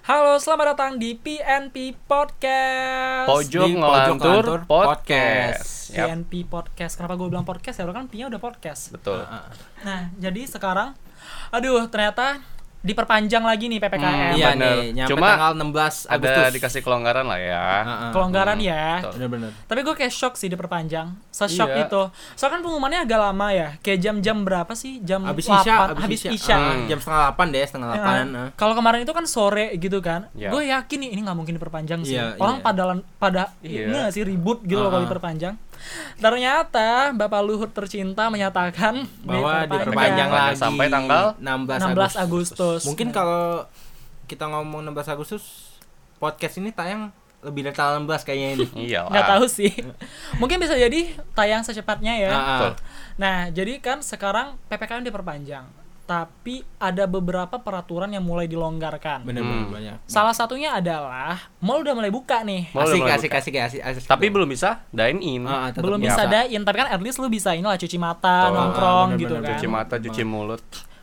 Halo, selamat datang di PNP Podcast. Pojok Ngelantur Podcast. PNP Podcast. Kenapa gue bilang podcast ya? Kan P-nya udah podcast. Betul. Nah, jadi sekarang ternyata diperpanjang lagi nih PPKM. Iya bener. nih, nyampe Cuma tanggal 16 Agustus. Ada dikasih kelonggaran lah ya. Kelonggaran ya. Betul. Bener-bener. Tapi gue kayak shock sih diperpanjang. Se-shock Iya. itu. Soalnya kan pengumumannya agak lama ya. Kayak jam-jam berapa sih? Jam Habis 8. Isya, Habis Isya. Jam setengah 8 deh, setengah Ya 8. kan? Kalau kemarin itu kan sore gitu kan. Iya. Gue yakin nih ini nggak mungkin diperpanjang sih. Iya, Orang iya. pada Iya. ini nggak sih ribut gitu loh kalau diperpanjang. Ternyata Bapak Luhut tercinta menyatakan Bahwa diperpanjang lagi sampai tanggal 16 Agustus. Mungkin kalau kita ngomong 16 Agustus, podcast ini tayang lebih dari tanggal 16 kayaknya ini. Iyalah. Nggak tahu sih. Mungkin bisa jadi tayang secepatnya ya. Betul. Nah, jadi kan sekarang PPKM diperpanjang. Tapi ada beberapa peraturan yang mulai dilonggarkan. Bener-bener banyak. Salah satunya adalah mall udah mulai buka nih. Mall udah mulai Asik. Tapi belum bisa dine in. tetap Belum biasa. bisa dine, tapi kan at least lu bisa inilah cuci mata, Betul. nongkrong Bener-bener gitu kan. Cuci mata, cuci mulut.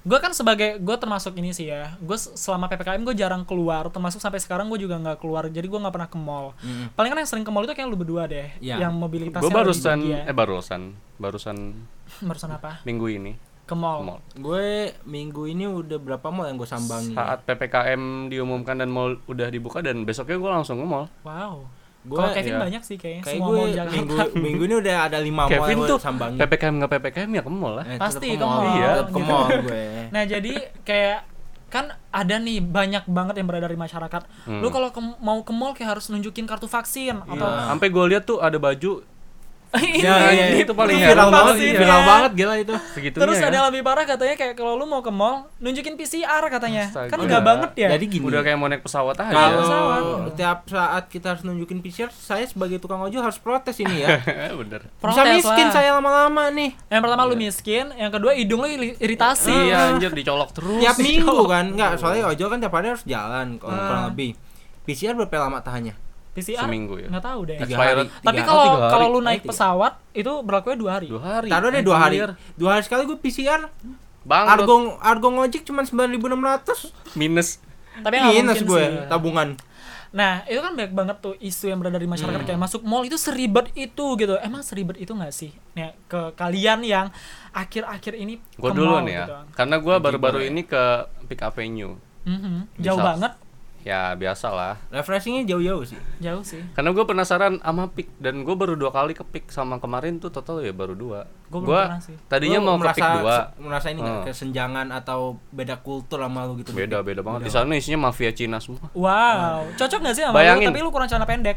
Gue termasuk ini sih ya. Gue selama PPKM gue jarang keluar, termasuk sampai sekarang gue juga nggak keluar. Jadi gue nggak pernah ke mall. Paling kan yang sering ke mall itu kayak lu berdua deh, Iya. yang mobilitasnya Gue barusan lebih tinggi ya. Barusan apa? minggu ini Ke mall. ke mall. Gue minggu ini udah berapa mall yang gue sambangi. Saat PPKM diumumkan dan mall udah dibuka dan besoknya gue langsung ke mall. Wow. Gue Kalau Kevin iya. banyak sih kayaknya kayak semua gue mall di Jakarta. minggu ini udah ada 5 mall Kevin yang tuh gue sambangi. PPKM nggak PPKM ya ke mall lah. Pasti Tetep ke mall. Iya, Tetep ke gitu. mall gue. Nah, jadi kayak kan ada nih banyak banget yang beredar di masyarakat. Lu kalau mau ke mall kayak harus nunjukin kartu vaksin atau Sampai gue lihat tuh ada baju ini. Iya. itu paling viral heran banget, vaksin, viral ya. banget gila itu. segitunya. Terus ya. ada yang lebih parah katanya kayak kalau lu mau ke mall nunjukin PCR katanya. Astaga. Kan enggak banget ya. Jadi gini. Udah kayak mau naik pesawat aja. Kalau tiap saat kita harus nunjukin PCR, saya sebagai tukang ojol harus protes ini ya. Bener. Bisa Protes miskin lah. saya lama-lama nih. Yang pertama lu miskin, yang kedua hidung lu iritasi. Iya anjir dicolok terus. Tiap minggu kan, enggak, soalnya ojol kan tiap hari harus jalan kurang lebih. PCR berapa lama tahannya? PCR Seminggu ya. nggak tahu deh. Expired. Tapi Tiga- kalau 3 hari. kalau lu naik Tiga. pesawat itu berlakunya 2 hari. 2 hari. Taruh deh 2 hari. Anjir. 2 hari sekali gue PCR. Bang, Argo ngojek cuma 9.600. minus. Tapi nggak Minus mungkin gue sih. tabungan. Nah, itu kan banyak banget tuh isu yang beredar di masyarakat kayak masuk mall itu seribet itu gitu. Emang seribet itu nggak sih? Nih, ke kalian yang akhir-akhir ini Gue ke dulu mall nih ya. gitu. Karena gue baru-baru ini ke Peak Avenue. Jauh Bisa. banget, Ya biasa lah. Refreshingnya jauh-jauh sih. jauh sih. Karena gue penasaran sama Peak dan gue baru 2 kali ke Peak sama kemarin tuh total ya baru 2. Gua belum Gue pernah sih. tadinya Lu mau ke Peak 2. merasa ini nggak kesenjangan atau beda kultur sama lu gitu? Beda banget. Di sana isinya mafia Cina semua. Wow, cocok nggak sih sama Bayangin. lu? Tapi lu kurang celana pendek.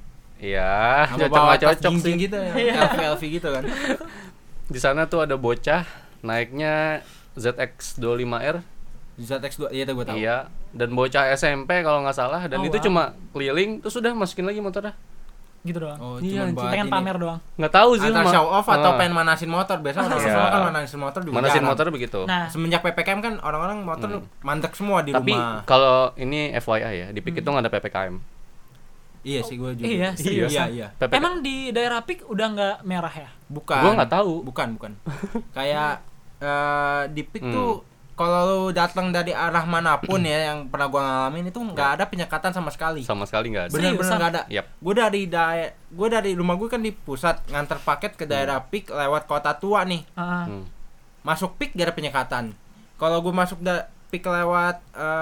Iya, Sama cocok bawa nggak tas cocok sih. jinjing gitu ya. LV gitu kan. Di sana tuh ada bocah naiknya ZX 25R. ZX2 iya tuh gue tahu. Iya, dan bocah SMP kalau nggak salah dan Oh, itu wow. cuma keliling terus udah masukin lagi motornya. Gitu doang. Oh, Iya, cuman buat Pengen ini. pamer doang. Nggak tahu sih Antara mah. show off atau Ah. pengen manasin motor. Biasa orang Iya. semua kan manasin motor juga Manasin jarang. motor begitu. Nah, Semenjak PPKM kan orang-orang motor mandek semua di Tapi rumah. kalau ini FYI ya, di Peak itu nggak ada PPKM. Iya sih gue juga. Iya, serius. Iya. emang di daerah Pik udah nggak merah ya? Bukan. Gua nggak tahu. Bukan. Kayak di PIK tuh kalau lu datang dari arah manapun ya yang pernah gua ngalamin itu nggak ada penyekatan sama sekali. Sama sekali nggak ada. Bener-bener Seriusan? nggak ada. Yap. Gue dari rumah gue kan di pusat nganter paket ke daerah PIK lewat kota tua nih. Ah, Masuk PIK gak ada penyekatan. Kalau gue masuk PIK lewat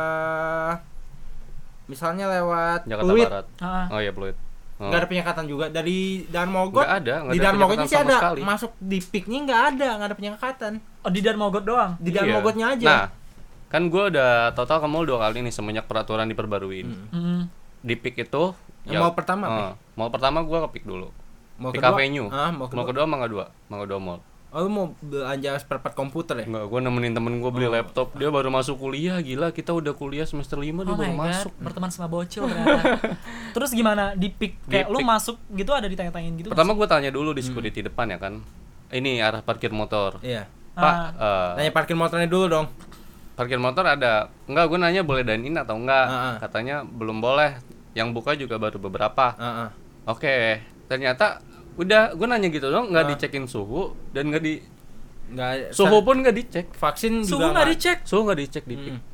misalnya lewat Jakarta Pluit, Barat. ah. Oh iya, Pluit. Oh. nggak ada penyekatan juga. Dari Darmogot Nggak ada di Darmogotnya penyekatan sih sama ada. sekali. Masuk di PIK-nya nggak ada penyekatan. Oh, di Darmogot doang. Di Iya. Darmogotnya aja. Nah, kan gue udah total ke mall 2 kali nih semenjak peraturan diperbaruin. Di Peak itu Mall pertama apa? Mall pertama gue ke Peak dulu. Mau Peak kedua? Avenue. Mau Mall kedua Mangga 2 Mall. Oh, lu mau belanja spare part komputer ya? Enggak, gue nemenin temen gue beli laptop. Dia baru masuk kuliah, gila. Kita udah kuliah semester 5 dia Oh baru my god, masuk. berteman sama bocil ternyata. Terus gimana di Pik? Kayak lu Peak. masuk gitu ada ditanya-tanyain gitu? Pertama gue tanya dulu di security depan ya kan. Ini arah parkir motor. Iya. Pak, Nanya parkir motornya dulu dong. parkir motor ada? Enggak, gue nanya boleh dine in atau enggak. Katanya belum boleh. Yang buka juga baru beberapa. Oke, ternyata udah gue nanya gitu dong, nggak dicekin suhu dan nggak di Nggak suhu pun nggak dicek. vaksin Suhu juga nggak dicek. Suhu nggak dicek di Peak.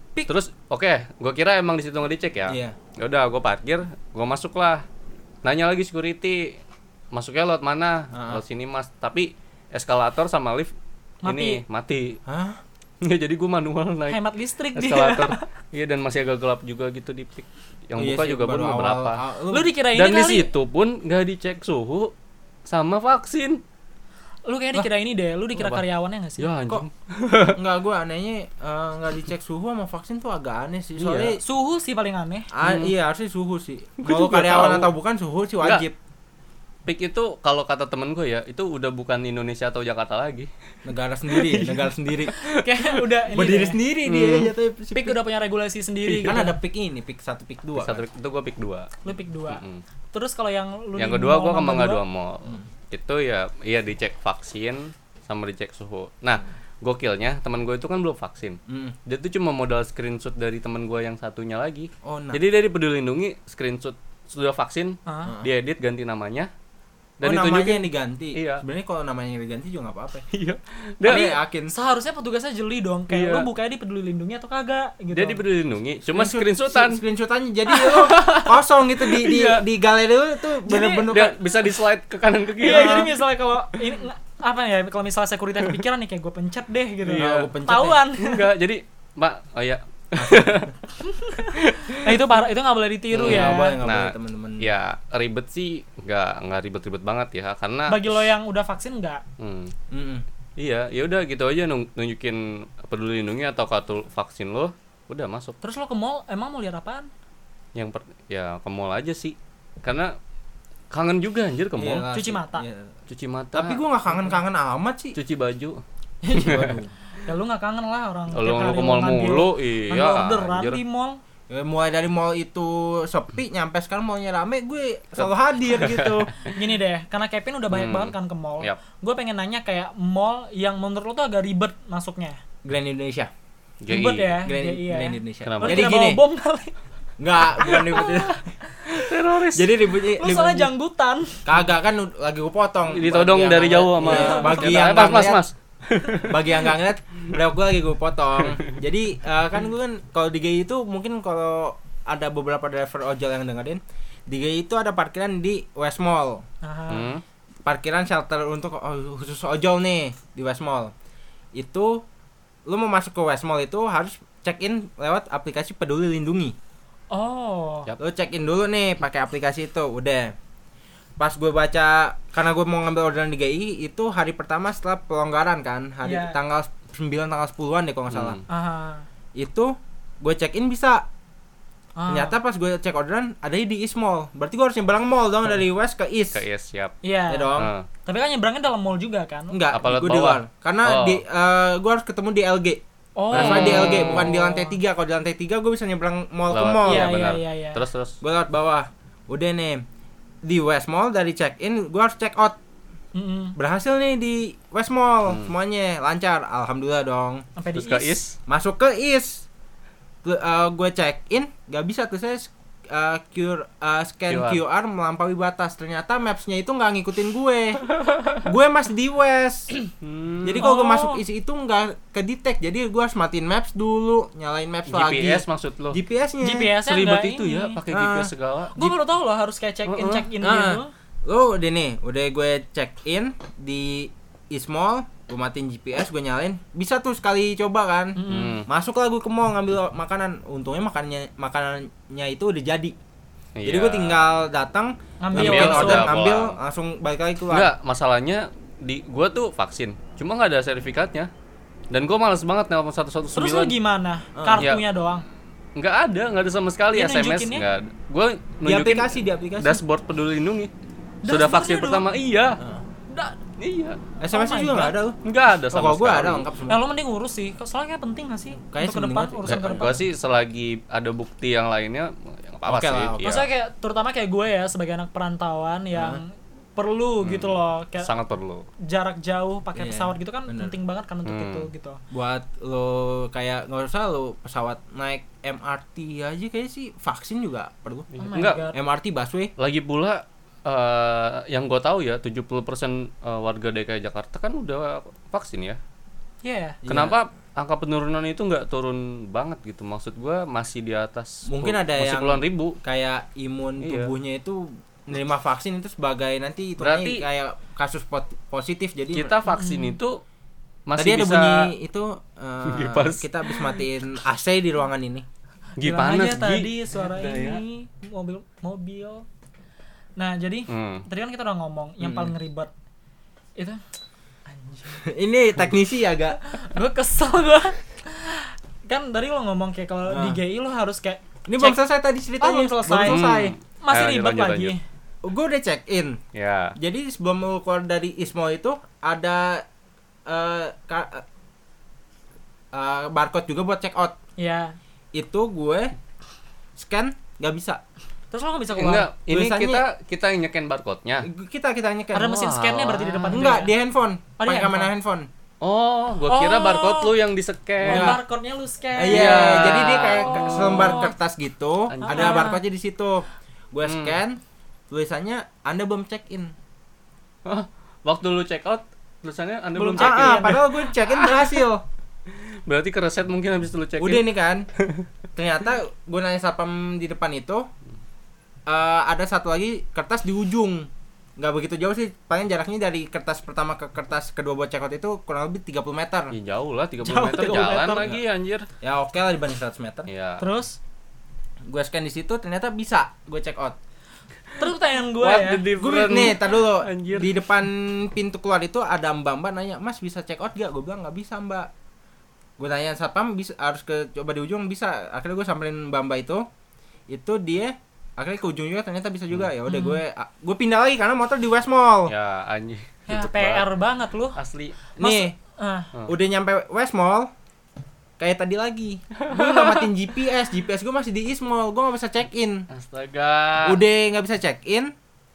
Terus gue kira emang di situ nggak dicek ya. Iya. Ya udah, gue parkir, gue masuk lah. Nanya lagi security, masuknya lewat mana? Lewat sini mas. Tapi eskalator sama lift ini mati. Hah? Ya jadi gue manual naik Hemat listrik dia. eskalator. Iya, dan masih agak gelap juga gitu di pik. Yang Iya buka sih, juga pun baru beberapa. Lu dikira ini Dan di kali. situ pun nggak dicek suhu sama vaksin. Lu kayak dikira ini deh, lu dikira Apa? karyawannya enggak sih? Ya Kok anjing. enggak, gue anehnya nggak dicek suhu sama vaksin tuh agak aneh sih. Soalnya Suhu sih paling aneh. iya harusnya suhu sih. Gua Mau juga karyawan tahu. atau bukan suhu sih wajib. Pik itu kalau kata temen gue ya, itu udah bukan Indonesia atau Jakarta lagi. Negara sendiri, negara sendiri. Kayak udah ini Berdiri deh. sendiri dia jatuhnya. Si Pik udah punya regulasi sendiri kan gitu. ada pik ini, pik 1, pik 2. Satu pik itu gue pik 2. Lu Pik 2. Terus kalau yang lu Yang di kedua mall gue ke nomor Mangga dua, 2 Mall. Itu ya iya dicek vaksin sama dicek suhu. Nah, gokilnya teman gue itu kan belum vaksin. Dia tuh cuma modal screenshot dari teman gue yang satunya lagi. Oh, nah. Jadi dari Peduli Lindungi screenshot sudah vaksin, Ah. diedit ganti namanya. Dan Dan namanya ditunjukin. yang diganti. Iya. Sebenarnya kalau namanya yang diganti juga enggak apa-apa. Iya. Tapi Dia, yakin seharusnya petugasnya jeli dong, kayak Iya. lu bukanya di Peduli Lindungi atau kagak gitu. dia di Peduli Lindungi, cuma screenshotan. Screenshotannya jadi lu kosong gitu di Iya. di galeri lu tuh bener-bener Dia bisa di slide ke kanan ke kiri. Iya, jadi misalnya kalau ini apa ya, kalau misalnya security kepikiran nih kayak gue pencet deh gitu. Iya, gua pencet Tauan. Enggak, jadi Mbak, oh ya. Nah, itu parah, itu nggak boleh ditiru ya. Nggak boleh, nggak Nah, boleh teman-teman. ya ribet sih, nggak ribet-ribet banget ya, karena Bagi lo yang udah vaksin nggak? Mm-mm. iya, ya udah gitu aja nunjukin Peduli Lindungi atau kartu vaksin lo, udah masuk. Terus lo ke mall emang mau lihat apaan? Ya ke mall aja sih, karena kangen juga anjir ke mall. Iyalah Cuci sih, mata. iya. Cuci mata, Tapi gua nggak kangen-kangen amat sih. cuci baju. Waduh. Ya lu nggak kangen lah orang. Kalau tiap lu hari ke mall ngambil- mulu, ngambil iya orderan anjir. di mall. Ya, mulai dari mall itu sepi nyampe sekarang mallnya rame, gue selalu hadir gitu. Gini deh, karena Kevin udah banyak banget kan ke mall. Yap. Gue pengen nanya kayak mall yang menurut lo tuh agak ribet masuknya. Grand Indonesia. Ribet ya? Grand, GI ya. Grand Indonesia. Kenapa? Lo Jadi kira gini, bawa bom kali. enggak bukan ribut. Teroris. Jadi ributnya Lo soalnya janggutan. kagak kan lagi gue potong. Ditodong Bagi dari yang jauh nggak sama ngeliat- bagi senjata. yang Mas, nggak ngeliat- mas. bagi yang nggak ngeliat brewok gue lagi gue potong. Jadi kan gue kan kalau di GI itu mungkin kalau ada beberapa driver ojol yang dengerin, di GI itu ada parkiran di West Mall. Aha. Parkiran shelter untuk khusus ojol nih di West Mall. Itu lu mau masuk ke West Mall itu harus check in lewat aplikasi Peduli Lindungi. Oh. Yap. Lu check in dulu nih pakai aplikasi itu, udah. Pas gue baca, karena gue mau ngambil orderan di GI itu hari pertama setelah pelonggaran kan, hari Iya. tanggal 9 tanggal 10-an deh kalau nggak salah. Aha. Itu gue check in bisa. Ah. Ternyata pas gue cek orderan ada di East Mall. Berarti gue harus nyebrang mall dong dari West ke East. Ke yes, siap. Iya. Ya dong. Nah, Tapi kan nyebrangnya dalam mall juga kan? Enggak, Apa lewat gue di bawah? luar. Karena Oh. gue harus ketemu di LG. Oh. Karena di LG bukan di lantai 3. Kalau di lantai 3 gue bisa nyebrang mall ke lewat- mall. Iya, benar. iya. Terus. Gue lewat bawah. Udah nih. Di West Mall dari check in gue harus check out. Mm-mm. Berhasil nih di West Mall. Semuanya lancar. Alhamdulillah dong. Sampai di Terus ke East. is. Masuk ke East. Gue check in gak bisa tuh saya scan QR. QR melampaui batas. Ternyata mapsnya itu nggak ngikutin gue. Gue masih di West. Jadi kalau gue Oh. masuk isi itu nggak kedetek. Jadi gue harus matiin maps dulu, nyalain maps lagi. GPS maksud lo. GPS-nya. GPS-nya Seribet enggak itu ya, pakai GPS segala. Gue baru tahu loh harus kayak check in gitu. Lo udah nih, udah gue check in di East Mall, gue matiin GPS, gue nyalain, bisa tuh sekali coba kan. Masuk lah gue ke mall ngambil makanan. Untungnya makanannya itu udah jadi. Jadi Iya. gue tinggal datang Ngambil ngambil langsung. order, Udah ngambil bawa. langsung balik lagi keluar. Enggak, masalahnya di gua tuh vaksin. Cuma nggak ada sertifikatnya. Dan gua males banget nelpon 119. Terus lu gimana? Kartunya doang. Nggak ada sama sekali Dia SMS nunjukinnya? nggak ada. Gua Di nunjukin aplikasi. dashboard Peduli Lindungi. Sudah Dashboardnya vaksin doang? pertama, iya. Da- Iya. SMS-nya Oh my juga nggak God. ada loh. Nggak ada sama Kalau gue sekali. ada lengkap semua. Nah, lo mending urus sih. Soalnya kayak penting gak sih? Kayaknya Untuk ke depan, mendingan urusan ke depan. Gua sih selagi ada bukti yang lainnya ya nggak apa-apa Oke sih. lah, oke. Iya. Maksudnya kayak terutama kayak gue ya sebagai anak perantauan yang perlu gitu loh, kayak Sangat perlu. jarak jauh pakai Iya, pesawat gitu kan bener. penting banget kan untuk itu gitu. Buat lo kayak nggak usah lo pesawat naik MRT aja kayak sih vaksin juga perlu. Oh my Enggak. God. MRT busway. Lagi pula yang gue tahu ya 70% warga DKI Jakarta kan udah vaksin ya. Iya. Kenapa angka penurunan itu nggak turun banget gitu. Maksud gua masih di atas. Mungkin ada masih yang puluhan ribu. Kayak imun Iya. tubuhnya itu menerima vaksin itu sebagai nanti itu Berarti kayak kasus positif. Jadi kita vaksin itu masih tadi ada bisa bunyi itu Kipas. kita habis matiin AC di ruangan ini. Bilang panas aja tadi Gi. suara Udah ya. ini mobil. Nah, jadi tadi kan kita udah ngomong yang paling ribet itu Ini teknisi agak gue kesel gue kan dari lo ngomong kayak kalau di GI lo harus kayak ini belum selesai tadi ceritanya. belum selesai. Belum Masih Ayo, ribet lanjut, lagi. lanjut. Gue udah check in. Ya. Jadi sebelum lu keluar dari Ismol itu ada barcode juga buat check out. Iya. Itu gue scan nggak bisa. Terus lo nggak bisa keluar. Enggak, ini Tulisannya- kita nyekin barcode-nya. Kita nyekan. Ada mesin scan-nya berarti di depan. Enggak, itu di ya? handphone. Oh, di Pakai kamera handphone. Oh, gua kira Oh. barcode lu yang Oh, di-scan. barcode-nya lu scan. Iya, Iya. jadi dia kayak Oh. selembar kertas gitu, Anjir. ada barcode-nya di situ. Gue scan, tulisannya Anda belum check in. Hah? Waktu lu check out, tulisannya Anda Belum belum check in. Padahal gue check in berhasil. Berarti kereset mungkin habis lu check in. Udah nih kan. Ternyata gue nanya satpam di depan itu ada satu lagi kertas di ujung. Nggak begitu jauh sih, paling jaraknya dari kertas pertama ke kertas kedua buat check out itu kurang lebih 30 meter. Ya jauh lah, 30 Jauh, meter 30 jalan meter. lagi anjir. Ya oke lah dibanding 100 meter. Iya. Terus Gue scan di situ ternyata bisa gue check out. terus pertanyaan gue What ya. the difference? Nih, tar dulu. Anjir. Di depan pintu keluar itu ada mbak-mbak nanya, "Mas bisa check out gak?" Gue bilang nggak bisa, Mbak. Gue tanya satpam bisa harus ke coba di ujung bisa. Akhirnya gue samperin mbak-mbak itu. Itu dia akhirnya ke ujung juga ternyata bisa juga. Ya udah gue pindah lagi karena motor di West Mall. Ya anjir. Ya, Ribet PR banget. banget lu. Asli. Nih, udah nyampe West Mall. Kayak tadi lagi. Gue nggak matiin GPS gue masih di East Mall. Gue nggak bisa check in. Astaga. Udah nggak bisa check in.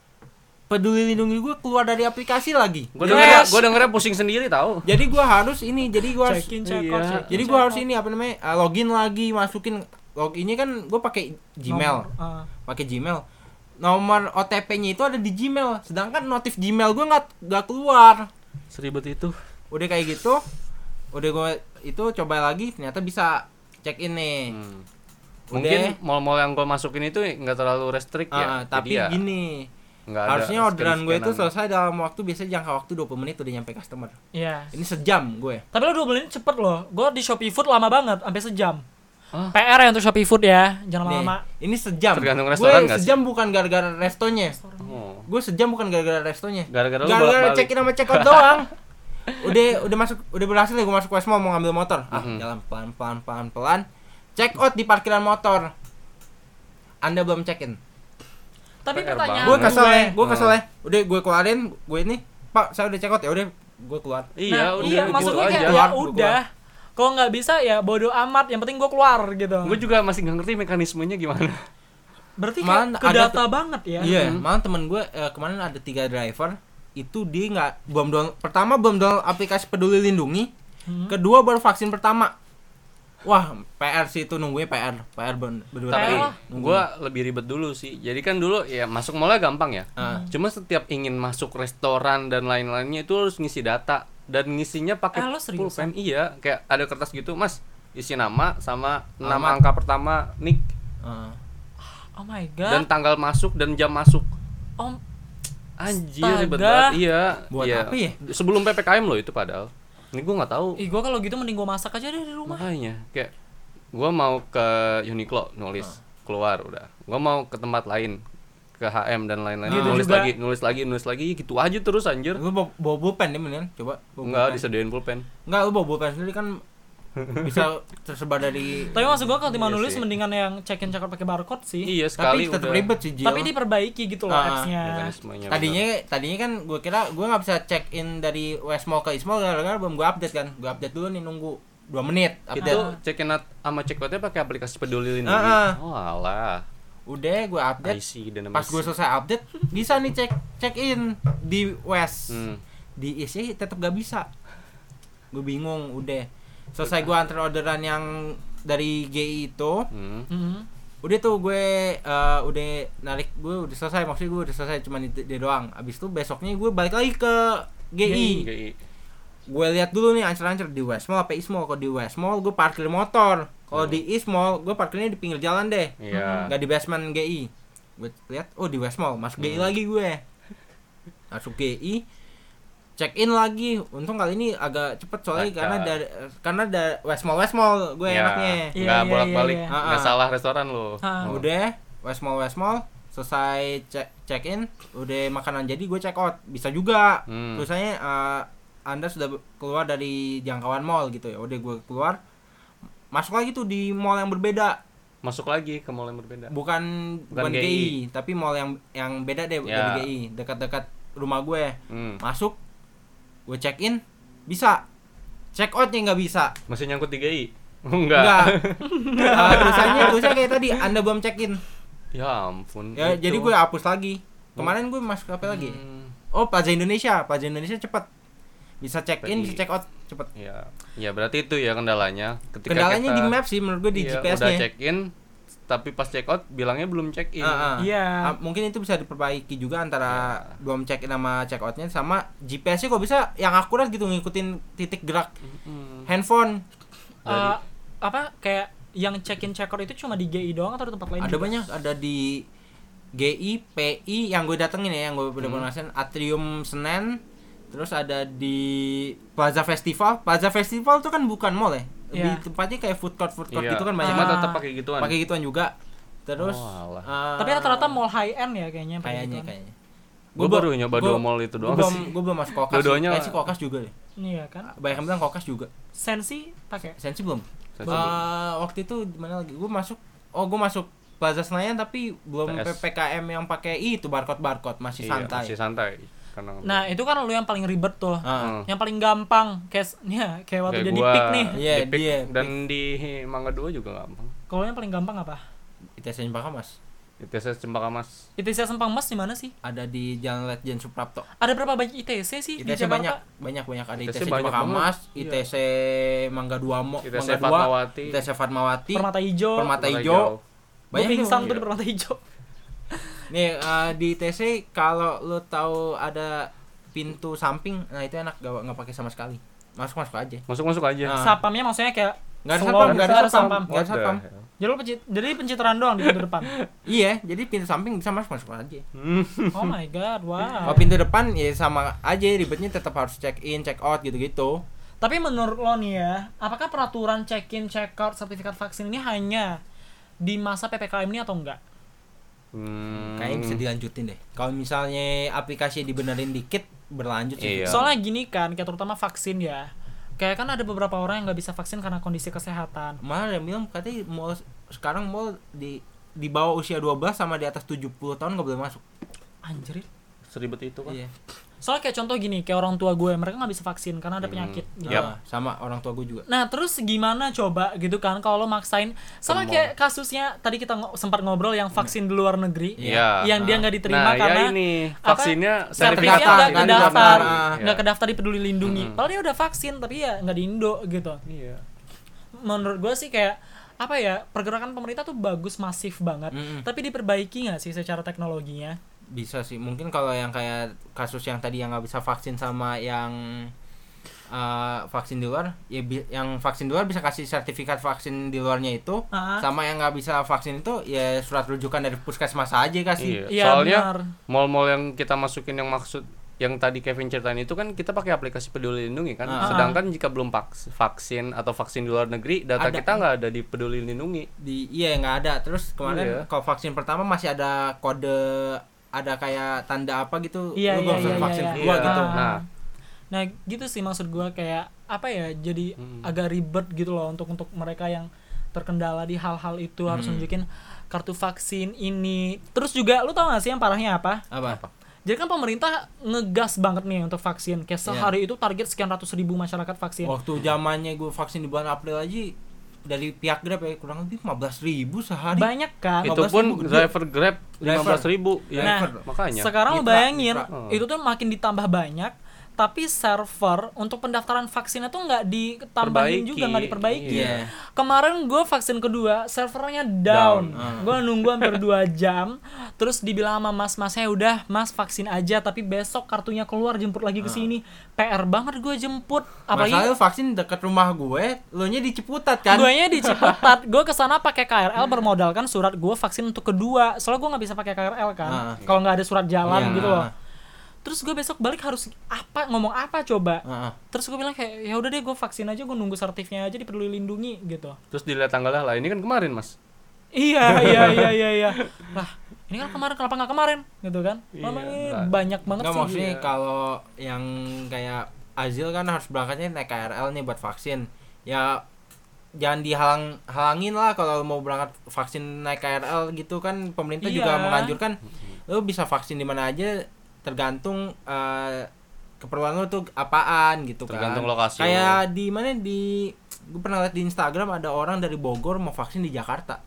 Peduli lindungi gue keluar dari aplikasi lagi. Gua dengernya pusing sendiri tahu. Jadi gue harus ini. Jadi gue harus Check in, check Iya. out, check in, Jadi check gue harus out. ini apa namanya login lagi masukin loginnya kan gue pakai Gmail, pakai Gmail. Nomor OTP-nya itu ada di Gmail, sedangkan notif Gmail gue nggak keluar. Seribet itu. Udah kayak gitu, udah gue itu coba lagi ternyata bisa check in nih. Mungkin mall-mall yang gua masukin itu nggak terlalu restrict ya. Tapi Jadi ya gini, nggak ada harusnya orderan gue itu scan-scanan. selesai dalam waktu biasanya jangka waktu 20 menit udah nyampe customer. Iya. Ini sejam gue. Tapi lo 2 bulan ini cepet loh. Gue di Shopee Food lama banget, sampai sejam. Hah? PR ya untuk Shopee Food ya, jangan Nih, lama-lama. ini sejam. Tergantung restoran Gue nggak sih? sejam bukan gara-gara restonya. Oh. Gue sejam bukan gara-gara restonya. Gara-gara lu Gara-gara bolak-balik. check in sama check out doang. Udah masuk, udah berhasil nih gue masuk West Mall mau ngambil motor. Jalan pelan. Check out di parkiran motor. Anda belum check in. Tapi PR pertanyaan Gue kesel ya, gue. Udah gue keluarin, gue ini, "Pak, saya udah check out." Ya udah, gue keluar. Iya, Nah, udah iya, maksud gitu gue kayak aja. Keluar, ya gua udah. Kalau nggak bisa ya bodo amat, yang penting gue keluar gitu. Gue juga masih nggak ngerti mekanismenya gimana. Berarti Man, kayak ke ada data banget ya. Iya, malah temen gue kemarin ada 3 driver itu dia belum download aplikasi Peduli Lindungi, kedua baru vaksin pertama. Wah, PR sih itu nunggunya PR berdua. Tapi lah. gue lebih ribet dulu sih. Jadi kan dulu ya masuk mallnya gampang ya. Ah. Cuma setiap ingin masuk restoran dan lain-lainnya itu harus ngisi data dan ngisinya pakai Lo seriusan? pulpen. Iya, kayak ada kertas gitu, Mas. Isi nama sama 6 Alamat. angka pertama nick Oh my god. dan tanggal masuk dan jam masuk. Om, Anjir Astaga. ribet banget. Iya. Buat iya. apa ya? Sebelum PPKM loh itu padahal. Ini gue nggak tahu. ih gue kalau gitu mending gue masak aja deh di rumah. Makanya kayak gue mau ke Uniqlo nulis keluar udah. Gue mau ke tempat lain ke HM dan lain-lain Gitu nulis juga. lagi gitu aja terus anjir. Lu bawa pulpen nih mendingan, coba. Bawa Enggak pulpen. disediain pulpen. Enggak, lu bawa pulpen sendiri kan bisa tersebar dari. Tapi maksud gue kalau Iya timah nulis sih. mendingan yang check in pakai barcode sih. Iya sekali Tapi tetap udah. ribet sih, Jil. Tapi diperbaiki gitu loh apps-nya. Mekanismenya Tadinya kan gue kira gue nggak bisa check in dari West Mall ke East Mall gara-gara belum gue update kan. Gue update dulu nih, nunggu 2 menit bener. update. Itu check in sama check outnya pakai aplikasi Peduli Lindungi. Oh alah. Udah gue update. IC dan Pas gue selesai update bisa nih check in di West. Di East tetap gak bisa. Gue bingung. Udah selesai gue antar orderan yang dari GI itu. Udah tuh gue udah narik, gue udah selesai, maksudnya gue udah selesai, cuman itu dia doang. Abis itu besoknya gue balik lagi ke GI. gue lihat dulu nih ancer-ancer di West Mall apa East Mall. Kalau di West Mall gue parkir motor. Kalau di East Mall gue parkirnya di pinggir jalan deh. Iya. Nggak di basement GI. Gue lihat, oh di West Mall, masuk GI lagi gue. Masuk GI, check in lagi. Untung kali ini agak cepet soalnya karena dari West Mall gue enaknya. Nggak bolak-balik, nggak salah restoran lo. Udah West Mall selesai check in, udah makanan jadi gue check out. Bisa juga. Tulisannya Anda sudah keluar dari jangkauan mall gitu ya. Udah gue keluar, masuk lagi tuh di mall yang berbeda. Masuk lagi ke mall yang berbeda. Bukan GI, tapi mall yang beda deh dari GI, dekat-dekat rumah gue. Masuk, gue check in, bisa. Check outnya nggak bisa. Masih nyangkut di GI? Enggak. Tulisannya kayak tadi, Anda belum check in. Ya ampun. Ya, jadi gue hapus lagi. Kemarin gue masuk apa lagi? Oh, Plaza Indonesia cepet. Bisa check in, bisa check out cepet. Iya. Ya berarti itu ya kendalanya. Ketika kendalanya kita, di map sih menurut gue di GPS-nya. Udah check in, tapi pas check out bilangnya belum check in. Iya. Mungkin itu bisa diperbaiki juga antara belum check in sama check outnya, sama GPS-nya kok bisa yang akurat gitu ngikutin titik gerak handphone. Kayak yang check in check out itu cuma di GI doang atau di tempat lain? Ada juga? Banyak, ada di GI, PI yang gue datengin ya, yang gue bener-bener ngerasain, Atrium Senen, terus ada di Plaza Festival. Plaza Festival tuh kan bukan mall ya, lebih tempatnya kayak food court gitu kan banyak. Cuma tetap pakai gituan. Pakai gituan juga. Terus tapi rata-rata mall high end ya kayaknya. Kayaknya. Gue baru nyoba 2 mall itu doang sih. Gue belum masuk Kokas. Kayak sih Kokas juga deh. Iya kan? Banyak yang bilang Kokas juga. Sensi pakai? Sensi belum. Waktu itu di mana lagi? Gue masuk Plaza Senayan tapi belum PPKM yang pakai itu barcode masih santai. Masih santai. Nah, itu kan lu yang paling ribet tuh. Yang paling gampang kayak waktu dia di PIK nih. Iya, dia. Dan di Mangga 2 juga gampang. Kalau yang paling gampang apa? ITC Cempaka Mas. ITC Cempaka Mas. ITC Cempaka Mas di mana sih? Ada di Jalan Letjen Suprapto. Ada berapa banyak ITC sih di Jakarta? Banyak ada ITC Cempaka Mas, ITC Mangga 2 ITC Fatmawati, ITC Fatmawati, Permata Hijau. Banyak pingsan tuh di Permata Hijau. Nih di ITC kalau lu tahu ada pintu samping, nah itu enak enggak pakai sama sekali. Masuk aja. Masuk aja. Sapamnya maksudnya kayak enggak ada satpam. Jadi pencitraan doang di pintu depan. Iya, jadi pintu samping bisa masuk aja. Oh my god, wow. Kalau pintu depan ya sama aja, ribetnya tetap harus check in, check out gitu-gitu. Tapi menurut lo nih ya, apakah peraturan check in, check out sertifikat vaksin ini hanya di masa PPKM ini atau enggak? Kayaknya bisa dilanjutin deh. Kalau misalnya aplikasi dibenerin dikit, berlanjut sih. Soalnya gini kan, kayak terutama vaksin ya. Kayak kan ada beberapa orang yang nggak bisa vaksin karena kondisi kesehatan. Malah ada yang bilang katanya sekarang mall di bawah usia 12 sama di atas 70 tahun nggak boleh masuk. Anjir. Seribet itu kan. Iya. Soalnya kayak contoh gini, kayak orang tua gue, mereka nggak bisa vaksin karena ada penyakit. Gitu. Sama orang tua gue juga. Nah terus gimana coba gitu kan kalau lo maksain, sama kayak kasusnya tadi kita sempat ngobrol yang vaksin di luar negeri, yang dia nggak diterima karena vaksinnya sertifikatnya nggak kedaftar di Peduli Lindungi. Padahal dia udah vaksin tapi ya nggak di Indo gitu. Iya. Menurut gue sih kayak apa ya, pergerakan pemerintah tuh bagus, masif banget, tapi diperbaiki nggak sih secara teknologinya? Bisa sih, mungkin kalau yang kayak kasus yang tadi yang nggak bisa vaksin sama yang vaksin di luar, ya yang vaksin di luar bisa kasih sertifikat vaksin di luarnya itu, sama yang nggak bisa vaksin itu ya surat rujukan dari puskesmas aja kasih. Iya. Soalnya mall-mall yang kita masukin yang tadi Kevin ceritain itu kan kita pakai aplikasi Peduli Lindungi kan. Sedangkan jika belum vaksin atau vaksin di luar negeri, data kita nggak ada di Peduli Lindungi. Iya nggak ada. Terus kemarin kalau vaksin pertama masih ada kode, ada kayak tanda apa gitu, lu belum selesai vaksin kedua gitu. Nah gitu sih maksud gue, kayak apa ya, jadi agak ribet gitu loh untuk mereka yang terkendala di hal-hal itu, harus nunjukin kartu vaksin ini. Terus juga lu tau gak sih yang parahnya apa? Jadi kan pemerintah ngegas banget nih untuk vaksin, kayak sehari itu target sekian ratus ribu masyarakat vaksin. Waktu zamannya gue vaksin di bulan April aja, dari pihak Grab ya kurang lebih 15.000 sehari. Banyak kan? Itu pun driver Grab 15.000. Nah, makanya. Sekarang lo bayangin, itu tuh makin ditambah banyak, tapi server untuk pendaftaran vaksinnya tuh nggak ditambahin juga, nggak diperbaiki. Kemarin gue vaksin kedua, servernya down. Gue nunggu hampir 2 jam, terus dibilang sama mas-masnya, udah mas vaksin aja, tapi besok kartunya keluar, jemput lagi ke sini. PR banget gue jemput. Apalagi masalahnya vaksin dekat rumah gue, lo nya di Ciputat kan? Gue nya di Ciputat. Gue kesana pakai KRL bermodalkan surat gue vaksin untuk kedua. Soalnya gue nggak bisa pakai KRL kan, kalau nggak ada surat jalan gitu loh. Terus gue besok balik harus ngomong apa coba? Terus gue bilang kayak ya udah deh gue vaksin aja, gue nunggu sertifnya aja di Peduli Lindungi gitu. Terus dilihat tanggalnya lah, ini kan kemarin mas. Iya. Lah ini kan kemarin, kenapa nggak kemarin gitu kan? Banyak banget sih. Maksudnya kalau yang kayak Azil kan harus berangkatnya naik KRL nih buat vaksin. Ya jangan dihalangin lah kalau mau berangkat vaksin naik KRL gitu kan. Pemerintah juga menganjurkan lo bisa vaksin di mana aja, tergantung keperluan lo tuh apaan gitu kan. Tergantung lokasi. Kayak di mana gue pernah lihat di Instagram ada orang dari Bogor mau vaksin di Jakarta.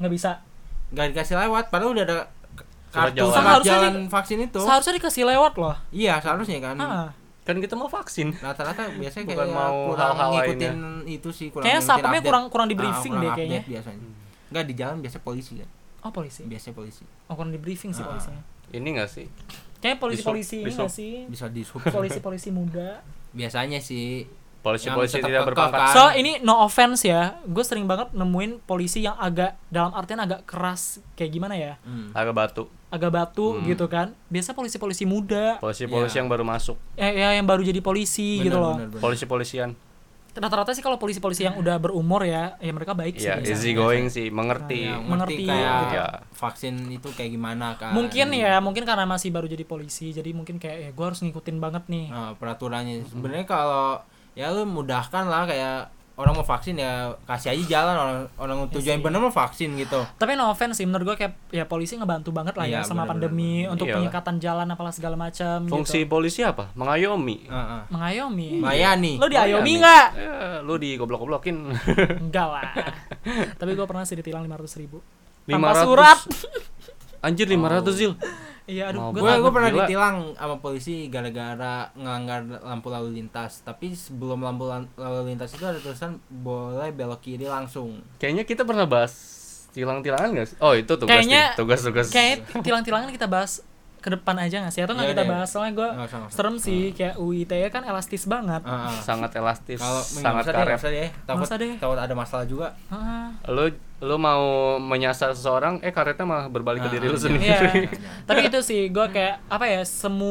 Nggak dikasih lewat, padahal udah ada kartu surat jalan vaksin itu. Seharusnya dikasih lewat loh. Iya, seharusnya kan. Kan kita mau vaksin. Rata-rata biasanya bukan kayak mau kurang hal-hal ngikutin lainnya. Itu sih, kayaknya satpamnya kurang di briefing deh kayaknya. Biasanya. Enggak, di jalan biasa polisi kan. Oh, polisi. Biasanya polisi. Oh, kurang di briefing sih polisinya. Ini enggak sih? Kayaknya polisi-polisi ini enggak sih? Bisa disup. Polisi-polisi muda. Biasanya sih polisi-polisi tidak berpangkat. So ini no offense ya, gue sering banget nemuin polisi yang agak, dalam artian agak keras, kayak gimana ya? Agak batu gitu kan. Biasa polisi-polisi muda. Polisi-polisi yang baru masuk. Ya yang baru jadi polisi gitu loh. Polisi-polisian. Rata-rata sih kalau polisi-polisi yang udah berumur ya mereka baik sih. Ya easy going sih, mengerti. Mengerti kayak gitu. Vaksin itu kayak gimana kan. Mungkin karena masih baru jadi polisi, jadi mungkin kayak gue harus ngikutin banget nih peraturannya. Sebenarnya kalau ya lu mudahkan lah, kayak orang mau vaksin ya kasih aja jalan, orang tujuan bener mau vaksin gitu. Tapi no offense sih, menurut gue kayak ya polisi ngebantu banget lah ya sama pandemi untuk penyekatan jalan apalah segala macam. Fungsi gitu. Polisi apa? Mengayomi. Melayani. Lo diayomi nggak? Lo digoblok-goblokin. Enggak lah. Tapi gue pernah sih ditilang 500.000 tanpa surat. Anjir 500 Zil. Iya, aduh, gue pernah ditilang sama polisi gara-gara ngelanggar lampu lalu lintas. Tapi sebelum lampu lalu lintas itu ada tulisan boleh belok kiri langsung. Kayaknya kita pernah bahas tilang-tilangan nggak sih? Oh itu tugas. Kayaknya tilang-tilangan kita bahas ke depan aja nggak sih? Atau nggak kita bahas? Soalnya gue serem sih, kayak UITE kan elastis banget. Sangat elastis, kalau sangat karet. Takut ada masalah juga. Lu mau menyasar seseorang, karetnya malah berbalik ke diri lu sendiri. Iya. Tapi itu sih, gue kayak apa ya,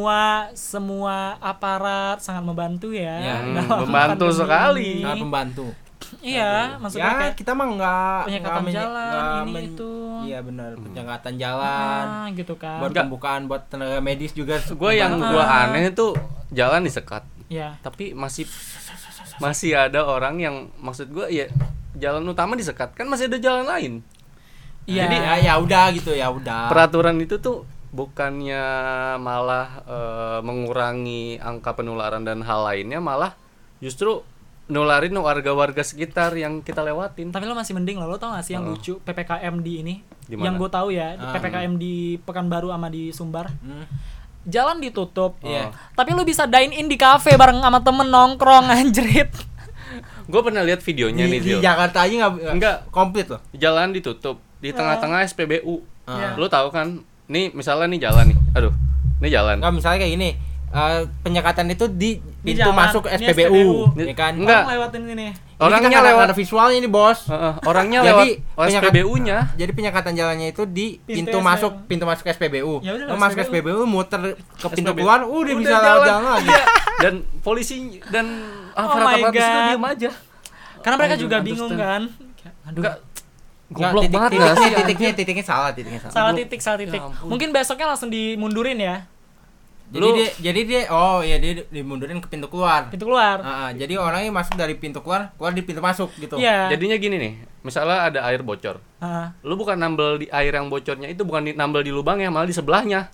semua aparat sangat membantu ya. Membantu sekali. Sangat membantu. Iya, maksudnya kayak kita mah nggak penyekatan jalan itu. Iya benar, penyekatan jalan. Gitu kan. Buat pembukaan buat tenaga medis juga. Yang gue aneh tuh jalan disekat. Iya. Tapi masih ada orang yang, maksud gue ya jalan utama disekat, kan masih ada jalan lain. Iya. Jadi ya udah gitu, ya udah. Peraturan itu tuh bukannya malah mengurangi angka penularan dan hal lainnya, malah justru nularin warga-warga sekitar yang kita lewatin. Tapi lo masih mending lo tau gak sih yang lucu PPKM di ini? Dimana? Yang gue tahu ya, PPKM di Pekanbaru sama di Sumbar. Jalan ditutup. Tapi lo bisa dine in di kafe bareng sama temen nongkrong anjrit. Gue pernah lihat videonya nih di Jakarta aja nggak komplit loh. Jalan ditutup di tengah-tengah SPBU. Lo tahu kan? Nih misalnya nih jalan nih. Aduh, ini jalan. Enggak, misalnya kayak gini. Penyekatan itu di pintu masuk SPBU, ya kan? Enggak lewatin ini. Orangnya lewat, ada visualnya ini, Bos. Orangnya lewat SPBU-nya. Jadi penyekatan jalannya itu di pintu masuk SPBU. Lo masuk SPBU muter ke pintu keluar, udah bisa jalan lagi. Dan polisi dan aparat itu diam aja. Karena mereka juga bingung kan. Aduh. Goblok banget enggak sih? Titiknya salah. Salah titik. Mungkin besoknya langsung dimundurin ya. Jadi dia dimundurin ke pintu keluar. Jadi orangnya masuk dari pintu keluar di pintu masuk gitu. Yeah. Jadinya gini nih, misalnya ada air bocor. Lu bukan nambel di air yang bocornya itu, bukan nambel di lubangnya, malah di sebelahnya.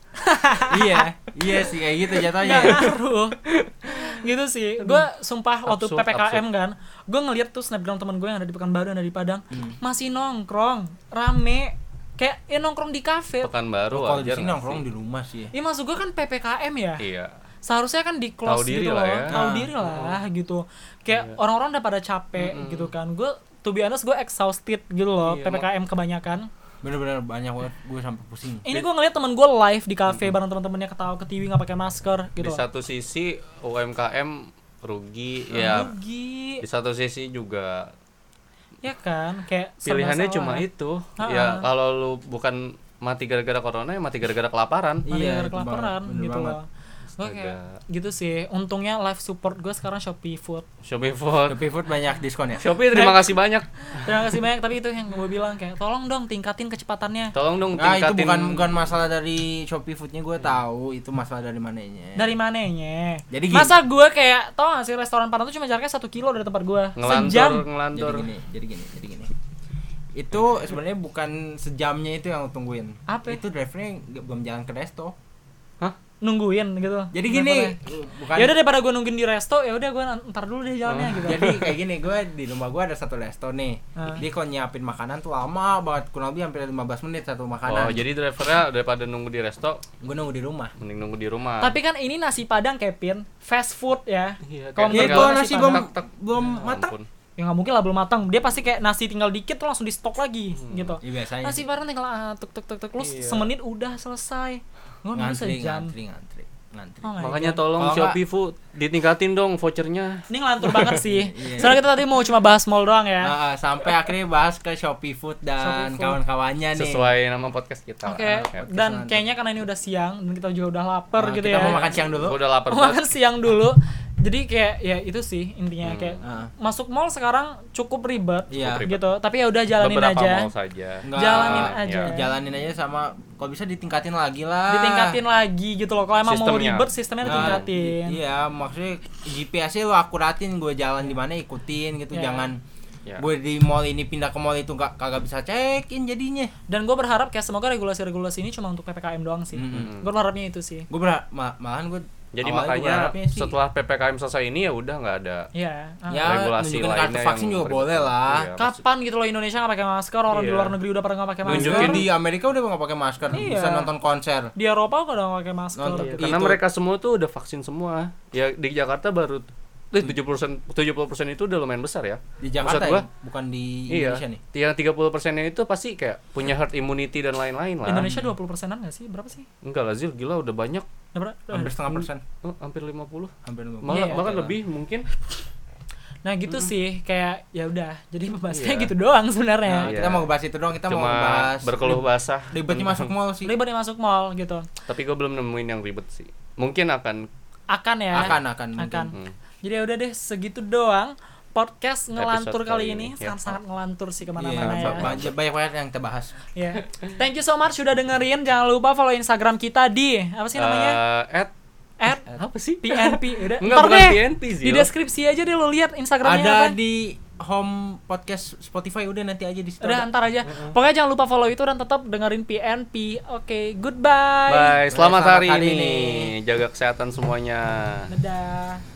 Iya sih kayak gitu jatuhnya. Gitu sih. Gue sumpah waktu PPKM kan, gue ngeliat tuh snapgram teman gue yang ada di Pekanbaru, yang ada di Padang, masih nongkrong rame. Kayak nongkrong di kafe. Pekanbaru kalau di sini nongkrong di rumah sih. Iya, maksud gue kan PPKM ya. Iya. seharusnya kan di close gitu loh, tahu diri lah gitu. Kayak orang-orang udah pada capek gitu kan. Gue to be honest gue exhausted gitu loh, PPKM kebanyakan. Bener-bener banyak banget, gue sampai pusing. Ini gue ngeliat temen gue live di kafe bareng teman-temannya ketawa ketiwi nggak pakai masker gitu. Di satu sisi UMKM rugi. Di satu sisi juga ya kan, kayak pilihannya cuma itu. Ya kalau lu bukan mati gara-gara corona, ya mati gara-gara kelaparan. Gara-gara kelaparan gitu loh. Gue kayak gitu sih. Untungnya live support gue sekarang Shopee Food banyak diskon ya. Shopee terima kasih banyak. Terima kasih banyak. Tapi itu yang gue bilang kayak tolong dong tingkatin kecepatannya. Itu bukan masalah dari Shopee Foodnya, gue tahu itu masalah dari mananya. Jadi gini, masa gue kayak tau gak sih restoran Padang tuh cuma jaraknya 1 kilo dari tempat gue. Sejam. Jadi gini. Itu sebenarnya bukan sejamnya itu yang lu tungguin. Apa? Itu drivernya belum jalan ke resto. Nungguin gitu. Jadi gini, bukan. Ya udah daripada gue nungguin di resto, ya udah gue ntar dulu deh jalannya gitu. Jadi kayak gini, gue di rumah gue ada satu resto nih. Dia kalau nyiapin makanan tuh lama banget, kurang lebih hampir 15 menit satu makanan. Jadi drivernya daripada nunggu di resto, gue nunggu di rumah. Mending nunggu di rumah. Tapi kan ini nasi Padang Kevin, fast food ya. Kalau nasi belum matang. Ya nggak mungkin lah belum matang, dia pasti kayak nasi tinggal dikit tuh langsung di stok lagi gitu. Iya, biasanya nasi Padang tinggal tuk lu semenit udah selesai. Ngantri. Makanya tolong Shopee Food ditingkatin dong vouchernya. Ini ngelantur banget sih. Soalnya kita tadi mau cuma bahas mall doang ya. Sampai akhirnya bahas ke Shopee Food dan kawan-kawannya nih. Sesuai nama podcast kita. Oke. Dan kayaknya karena ini udah siang dan kita juga udah lapar gitu ya. Kita mau makan siang dulu. Udah lapar banget. Makan siang dulu. Jadi kayak ya itu sih intinya kayak masuk mall sekarang cukup ribet gitu. Tapi ya udah jalanin beberapa aja. Mall saja. Jalanin aja sama kalau bisa ditingkatin lagi lah. Ditingkatin lagi gitu loh. Kalau emang mau ribet sistemnya ditingkatin. Iya, maksudnya GPS-nya lu akuratin, gue jalan di mana ikutin gitu. Jangan gue di mall ini pindah ke mall itu kagak bisa check-in jadinya. Dan gue berharap kayak semoga regulasi-regulasi ini cuma untuk PPKM doang sih. Gue berharapnya itu sih. Gue malahan gue jadi makanya setelah PPKM selesai ini ya udah nggak ada regulasi lainnya. Kartu vaksin juga boleh lah. Kapan gitu loh Indonesia nggak pakai masker, orang di luar negeri udah pada nggak pakai masker. Nunjukin di Amerika udah nggak pakai masker, bisa nonton konser. Di Eropa udah nggak pakai masker. Karena mereka semua tuh udah vaksin semua. Ya di Jakarta baru 70% itu udah lumayan besar ya. Di Jakarta ya? Bukan di Indonesia nih. Yang 30%-nya itu pasti kayak punya herd immunity dan lain-lain lah. Indonesia 20%-an enggak sih? Berapa sih? Enggak lah Zil, gila udah banyak. Hampir setengah persen. Hampir 50. Hampir 50. Bahkan lebih mungkin. Nah gitu sih, kayak ya udah. Jadi pembahasannya gitu doang sebenarnya. Kita mau bahas itu doang, kita mau bahas berkeluh basah. Ribetnya masuk mall sih. Ribetnya masuk mall gitu. Tapi gue belum nemuin yang ribet sih. Mungkin akan ya. Akan. Jadi udah deh segitu doang podcast ngelantur kali ini. Sangat ngelantur sih kemana-mana ya. Banyak yang kita bahas. Thank you so much sudah dengerin. Jangan lupa follow Instagram kita di apa sih namanya? Apa sih? PNP. Udah. Enggak, bukan PNP sih. Di deskripsi aja deh lo lihat Instagramnya ada apa. di home podcast Spotify, udah nanti aja di situ. Udah antar aja. Pokoknya jangan lupa follow itu dan tetap dengerin PNP. Oke, goodbye. Bye. Selamat hari ini. Jaga kesehatan semuanya. Dadah.